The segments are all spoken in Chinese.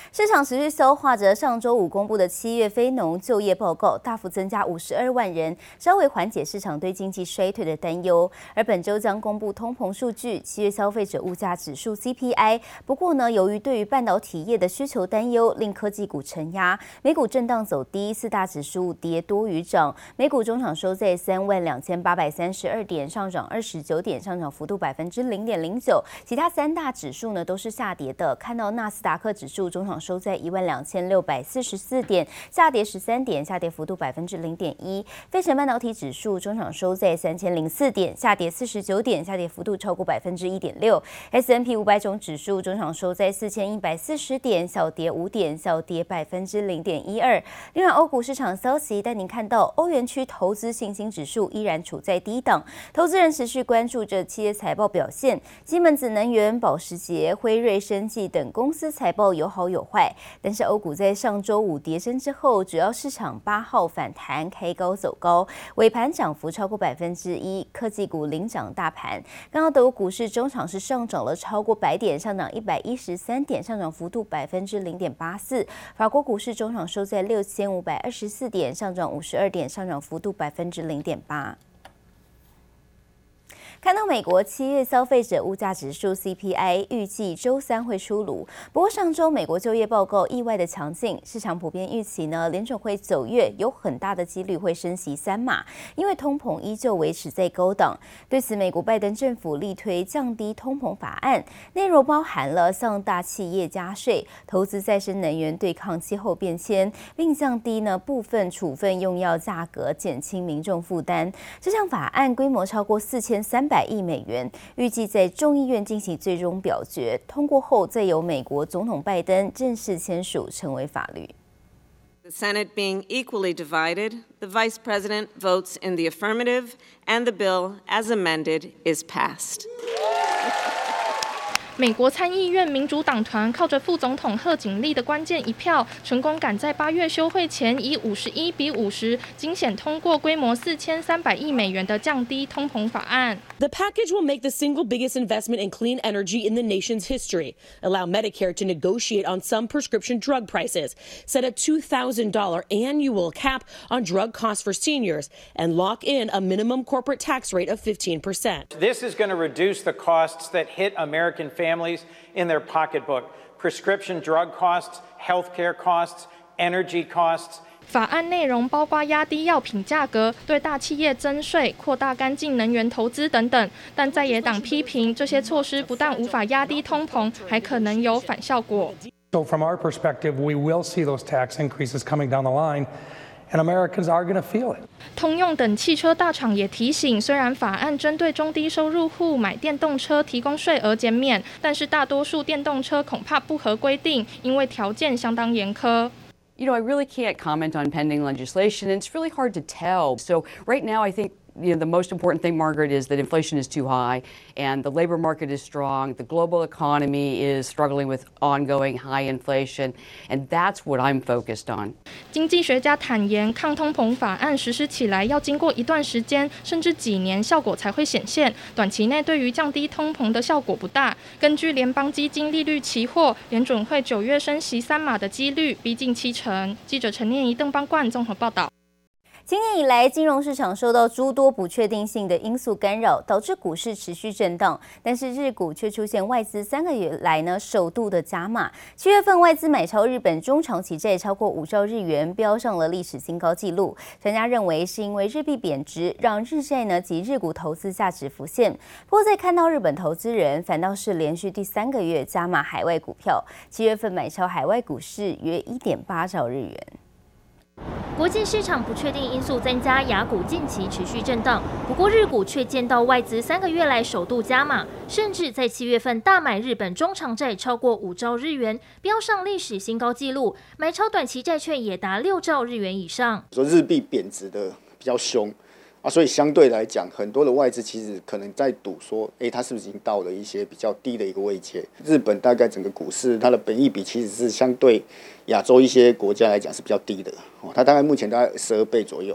市场持续消化着上周五公布的7月非农就业报告，大幅增加52万人，稍微缓解市场对经济衰退的担忧。而本周将公布通膨数据，7月消费者物价指数 CPI。不过呢，由于对于半导体业的需求担忧，令科技股承压，美股震荡走低，四大指数跌多于涨。美股中场收在32832点，上涨29点，上涨幅度0.09%。其他三大指数呢都是下跌的，看到纳斯达克指数中场收在12644点，下跌13点，下跌幅度0.1%。费城半导体指数中场收在3004点，下跌49点，下跌幅度超过1.6%。S&P 500种指数中场收在4140点，小跌5点，小跌0.12%。另外，欧股市场消息带您看到，欧元区投资信心指数依然处在低档，投资人持续关注着企业财报表现。西门子能源、保时捷、辉瑞、生技等公司财报有好有坏，但是欧股在上周五跌升之后，主要市场8号反弹，开高走高，尾盘涨幅超过1%，科技股领涨大盘。刚刚德国股市中场是上涨了超过100点，上涨113点，上涨幅度0.84%。法国股市中场收在6524点，上涨52点，上涨幅度0.8%。看到美国7月消费者物价指数 CPI 预计周三会出炉，不过上周美国就业报告意外的强劲，市场普遍预期呢，联准会9月有很大的几率会升息3码，因为通膨依旧维持在高档。对此，美国拜登政府力推降低通膨法案，内容包含了向大企业加税、投资再生能源对抗气候变迁，并降低呢部分处分用药价格，减轻民众负担。这项法案规模超过4300亿美元，预计在众议院进行最终表决，通过后再由美国总统拜登正式签署成为法律。 The Senate being equally divided, the Vice President votes in the affirmative, and the bill, as amended, is passed. 美国参议院民主党团靠着副总统贺锦丽的关键一票，成功赶在8月休会前以51-50惊险通过规模4300亿美元的降低通膨法案。 The package will make the single biggest investment in clean energy in the nation's history, allow Medicare to negotiate on some prescription drug prices, set a $2,000 annual cap on drug costs for seniors, and lock in a minimum corporate tax rate of 15%. This is going to reduce the costs that hit American families in their pocketbook. Prescription drug costs, healthcare costs, energy costs. 法案内容包括压低药品价格、对大企业增税、扩大干净能源投资等等。但在野党批评这些措施不但无法压低通膨，还可能有反效果。 So from our perspective, we will see those tax increases coming down the line. And Americans are going to feel it. 通用等汽车大厂也提醒，虽然法案针对中低收入户买电动车提供税额减免，但是大多数电动车恐怕不合规定，因为条件相当严苛。 I really can't comment on pending legislation, and it's really hard to tell. So right now, I think the most important thing, Margaret, is that inflation is too high and the labor market is strong. The global economy is struggling with ongoing high inflation, and that's what I'm focused on. 经济学家坦言，抗通膨法案实施起来要经过一段时间，甚至几年，效果才会显现。短期内对于降低通膨的效果不大。根据联邦基金利率期货，联准会9月升息3码的几率逼近70%。记者陈念怡、邓邦冠综合报道。 今年以来，金融市场受到诸多不确定性的因素干扰，导致股市持续震荡。但是日股却出现外资3个月来首度的加码。7月份外资买超日本中长期债超过5兆日元，飙上了历史新高纪录。专家认为是因为日币贬值，让日债及日股投资价值浮现。不过，在看到日本投资人反倒是连续第3个月加码海外股票，7月份买超海外股市约1.8兆日元。 国际市场不确定因素增加，亚股近期持续震荡。不过日股却见到外资3个月来首度加码，甚至在7月份大买日本中长债超过5兆日元，飙上历史新高纪录。买超短期债券也达6兆日元以上。 说日币贬值的比较凶所以相对来讲，很多的外资其实可能在赌说，它是不是已经到了一些比较低的一个位阶？日本大概整个股市它的本益比其实是相对亚洲一些国家来讲是比较低的，它大概目前大概12倍左右。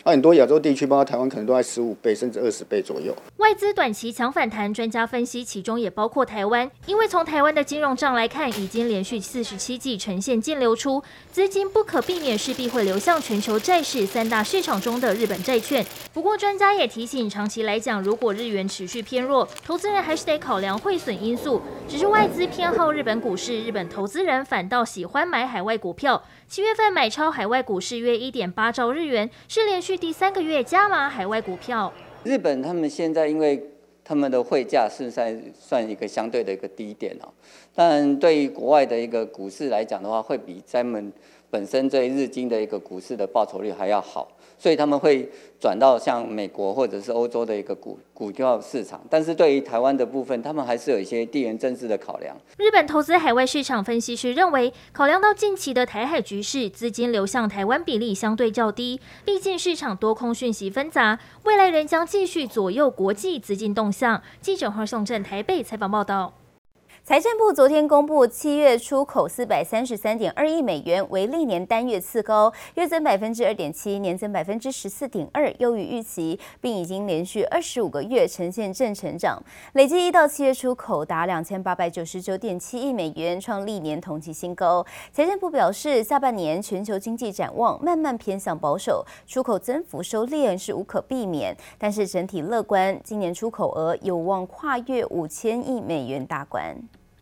很多亚洲地区，包括台湾，可能都在15倍甚至20倍左右。 外资短期强反弹，专家分析其中也包括台湾，因为从台湾的金融账来看，已经连续47季呈现净流出，资金不可避免势必会流向全球债市3大市场中的日本债券。不过专家也提醒，长期来讲，如果日元持续偏弱，投资人还是得考量汇损因素。只是外资偏好日本股市，日本投资人反倒喜欢买海外股票。7月份买超海外股市约1.8兆日元，是连续第3个月加码海外股票。 日本他们现在因为他们的汇价是算一个相对的一个低点哦，但对于国外的一个股市来讲的话，会比他们本身对日经的一个股市的报酬率还要好，所以他们会转到像美国或者是欧洲的一个股票市场。但是对于台湾的部分，他们还是有一些地缘政治的考量。 日本投资海外市场分析师认为，考量到近期的台海局势，资金流向台湾比例相对较低，毕竟市场多空讯息纷杂，未来仍将继续左右国际资金动向。记者黄颂正台北采访报道。 财政部昨天公布，7月出口433.2亿美元，为历年单月次高，月增2.7%，年增14.2%，优于预期，并已经连续25个月呈现正成长。累计1到7月出口达2899.7亿美元，创历年同期新高。财政部表示，下半年全球经济展望慢慢偏向保守，出口增幅收敛是无可避免，但是整体乐观，今年出口额有望跨越5000亿美元大关。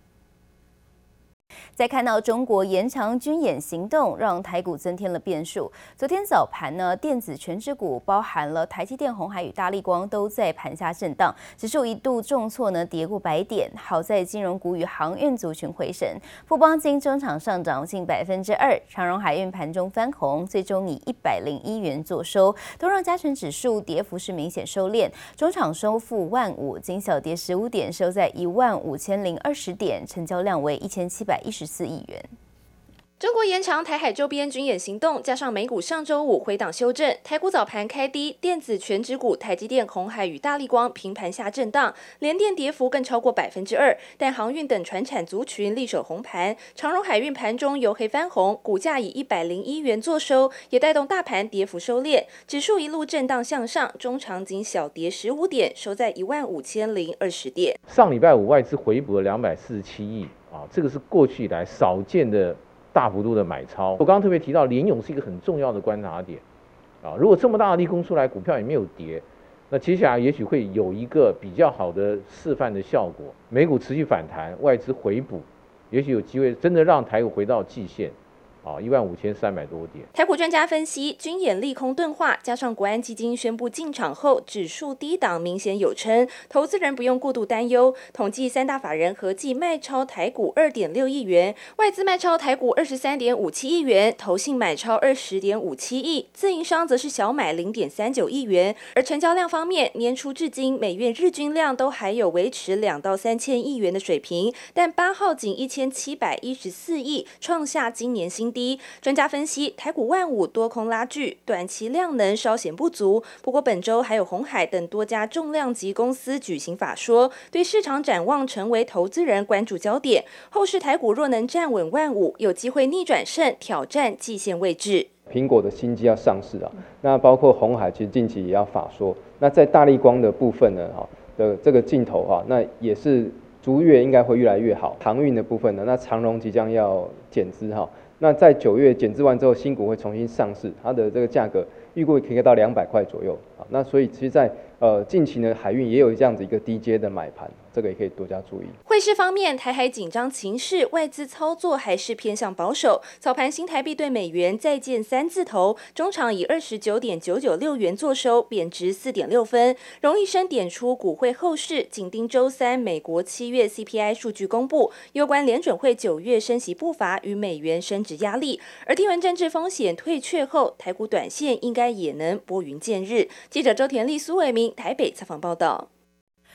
再看到中国延长军演行动，让台股增添了变数。昨天早盘呢，电子全指股包含了台积电、鸿海与大立光都在盘下震荡，指数一度重挫呢，跌过100点。好在金融股与航运族群回神，富邦金中场上涨近2%，长荣海运盘中翻红，最终以101元作收，都让加权指数跌幅是明显收敛，中场收复15000，仅小跌15点，收在15020点，成交量为1714亿元。 中国延长台海周边军演行动，加上美股上周五回档修正，台股早盘开低，电子全指股台积电、鸿海与大立光平盘下震荡，联电跌幅更超过2%，但航运等传产族群力守红盘，长荣海运盘中由黑翻红，股价以101元作收，也带动大盘跌幅收敛，指数一路震荡向上，中场仅小跌15点，收在15020点。 上礼拜五外资回补了247亿啊，这个是过去以来少见的大幅度的买超。我刚刚特别提到联咏是一个很重要的观察点啊，如果这么大的利空出来，股票也没有跌，那接下来也许会有一个比较好的示范的效果。美股持续反弹，外资回补，也许有机会真的让台股回到季线。15300多点。 台股专家分析，军演利空钝化，加上国安基金宣布进场后，指数低档明显有撑，投资人不用过度担忧。统计3大法人合计卖超台股2.6亿元，外资卖超台股23.57亿元，投信买超20.57亿，自营商则是小买0.39亿元。而成交量方面，年初至今每月日均量都还有维持2到3千亿元的水平，但8号仅1714亿，创下今年新低。专家分析，台股15000多空拉锯，短期量能稍显不足。不过本周还有鸿海等多家重量级公司举行法说，对市场展望成为投资人关注焦点。后市台股若能站稳15000，有机会逆转胜，挑战季线位置。 苹果的新机要上市啊，那包括鸿海其实近期也要法说。那在大立光的部分呢，的这个镜头那也是逐月应该会越来越好。航运的部分呢，那长荣即将要减资那在9月减资完之后，新股会重新上市，它的这个价格预估可以到200块左右。那所以其实在近期呢，海运也有这样子一个低阶的买盘，这个也可以多加注意。 汇市方面，台海紧张情势，外资操作还是偏向保守。早盘新台币对美元再见3字头，中场以29.996元作收，贬值4.6分。荣毅生点出，股汇后市紧盯周3美国7月 CPI 数据公布，有关联准会9月升息步伐与美元升值压力。而地缘政治风险退却后，台股短线应该也能拨云见日。记者周田丽、苏伟明台北采访报道。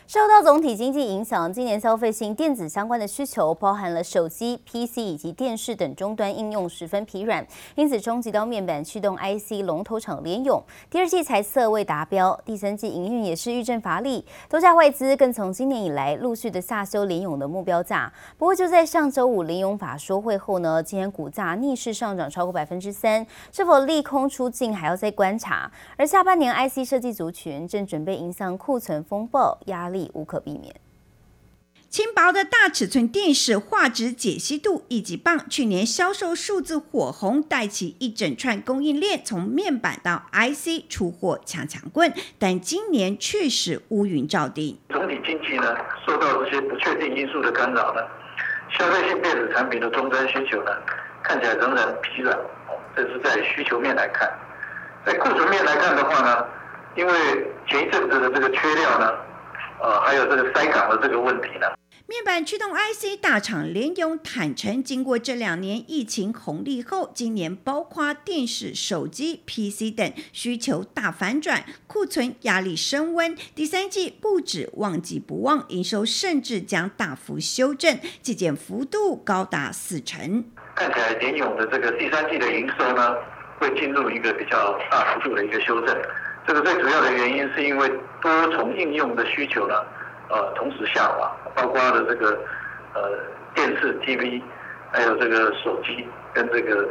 受到总体经济影响，今年消费性电子相关的需求，包含了手机、PC 以及电视等终端应用十分疲软，因此冲击到面板驱动 IC 龙头厂联咏，第二季财测未达标，第三季营运也是遇震乏力。多家外资更从今年以来陆续的下修联咏的目标价。不过就在上周五联咏法说会后呢，今天股价逆势上涨超过3%，是否利空出尽还要再观察。而下半年 IC 设计族群正准备迎向库存风暴，压力无可避免。 轻薄的大尺寸电视画质解析度1级棒，去年销售数字火红，带起一整串供应链从面板到 IC 出货抢棍，但今年确实乌云罩顶。 总体经济呢，受到这些不确定因素的干扰呢，消费性电子产品的终端需求呢，看起来仍然疲软。这是在需求面来看，在库存面来看的话呢，因为前一阵子的这个缺料呢，还有这个塞港的这个问题呢。 面板驱动 IC 大厂联咏坦承，经过这2年疫情红利后，今年包括电视、手机、PC 等需求大反转，库存压力升温。第三季不止旺季不旺，营收甚至将大幅修正，季减幅度高达40%。 看起来联咏的这个第三季的营收呢，会进入一个比较大幅度的一个修正。这个最主要的原因是因为多重应用的需求呢，同时下滑，包括了这个电视、TV， 还有这个手机跟这个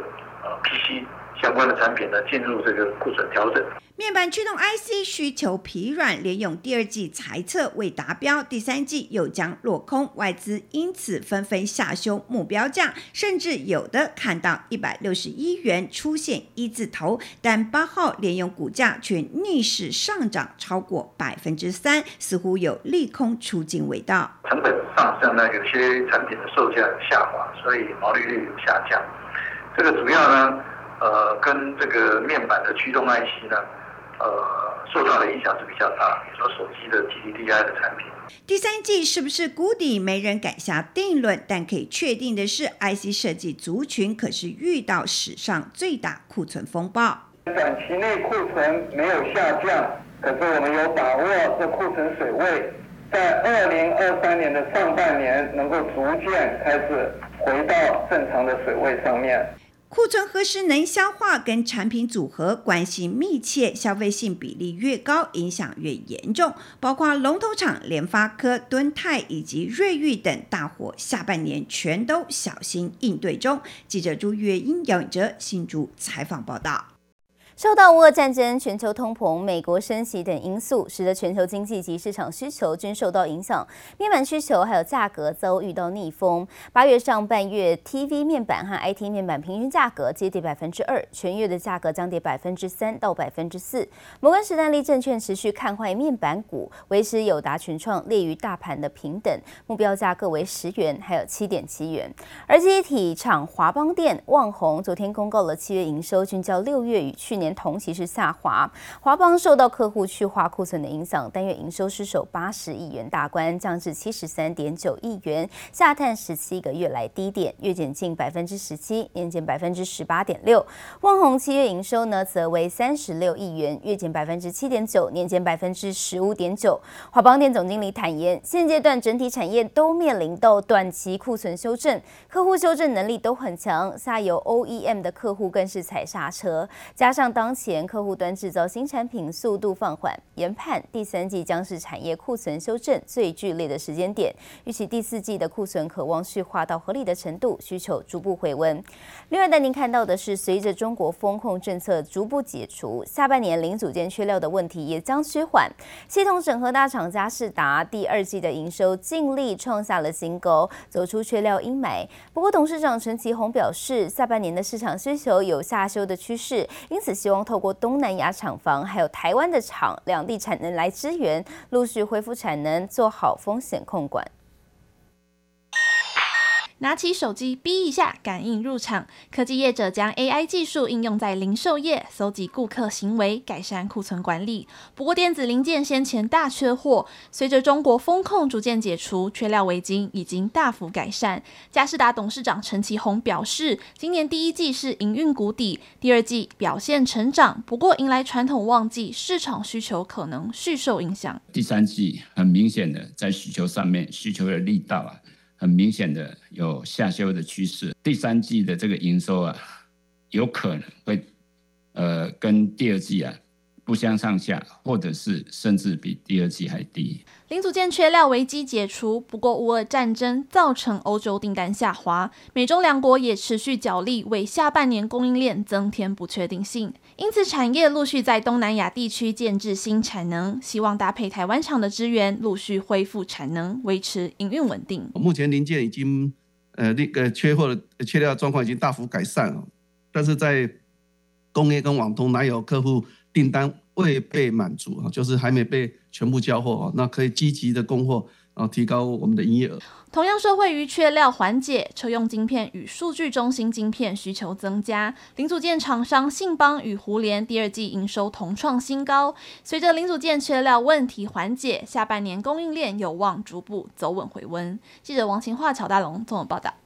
PC 相关的产品呢，进入这个库存调整。 面板驱动 IC 需求疲软，联咏第二季财测未达标，第三季又将落空，外资因此纷纷下修目标价，甚至有的看到161元出现一字头，但8号联咏股价却逆势上涨超过3%，似乎有利空出尽味道。 成本上升呢，有些产品的售价有下滑，所以毛利率有下降。这个主要呢，跟这个面板的驱动 IC 呢。受到的影响是比较大，比如说手机的 TDDI 的产品。 第三季是不是谷底，没人敢下定论，但可以确定的是 ，IC 设计族群可是遇到史上最大库存风暴。 短期内库存没有下降，可是我们有把握这库存水位在2023年的上半年能够逐渐开始回到正常的水位上面。 库存何时能消化，跟产品组合关系密切，消费性比例越高，影响越严重。包括龙头厂联发科、敦泰以及瑞昱等大伙，下半年全都小心应对中。记者朱月英、姚颖哲新竹采访报道。 受到乌俄战争、全球通膨、美国升息等因素，使得全球经济及市场需求均受到影响。面板需求还有价格遭遇到逆风。8月上半月 ，TV 面板和 IT 面板平均价格皆跌2%，全月的价格将跌3%到4%。摩根士丹利证券持续看坏面板股，维持友达、群创列于大盘的平等，目标价各为10元，还有7.7元。而记忆体厂华邦电、旺宏昨天公告了7月营收均较6月与去年同期是下滑，华邦受到客户去化库存的影响，单月营收失守80亿元大关，降至73.9亿元，下探17个月来低点，月减近17%，年减18.6%。旺宏7月营收呢，则为36亿元，月减7.9%，年减15.9%。华邦电总经理坦言，现阶段整体产业都面临到短期库存修正，客户修正能力都很强，下游 OEM 的客户更是踩刹车，加上当前客户端制造新产品速度放缓，研判第三季将是产业库存修正最剧烈的时间点，预期第四季的库存可望去化到合理的程度，需求逐步回温。另外带您看到的是，随着中国风控政策逐步解除，下半年零组件缺料的问题也将趋缓。系统整合大厂佳世达第二季的营收净利创下了新高，走出缺料阴霾。不过董事长陈其宏表示，下半年的市场需求有下修的趋势，因此希望透过东南亚厂房还有台湾的厂两地产能来支援，陆续恢复产能，做好风险控管。 拿起手机逼一下，感应入场。科技业者将 AI 技术应用在零售业，搜集顾客行为，改善库存管理。不过电子零件先前大缺货，随着中国风控逐渐解除，缺料危机已经大幅改善。佳世达董事长陈其宏表示，今年第一季是营运谷底，第二季表现成长，不过迎来传统旺季，市场需求可能续受影响。 第三季很明显的在需求上面，需求的力道很明显的有下修的趋势。第三季的这个营收有可能会跟第二季不相上下，或者是甚至比第二季还低。 零组件缺料危机解除，不过乌俄战争造成欧洲订单下滑，美中两国也持续角力，为下半年供应链增添不确定性。因此，产业陆续在东南亚地区建置新产能，希望搭配台湾厂的支援，陆续恢复产能，维持营运稳定。 目前零件已经缺货的缺料状况已经大幅改善了，但是在工业跟网通还有客户订单未被满足，就是还没被全部交货，那可以积极的供货，提高我们的营业额。 同样受惠于缺料缓解，车用晶片与数据中心晶片需求增加，零组件厂商信邦与胡联第二季营收同创新高。随着零组件缺料问题缓解，下半年供应链有望逐步走稳回温。记者王晴化、乔大龙综合报道。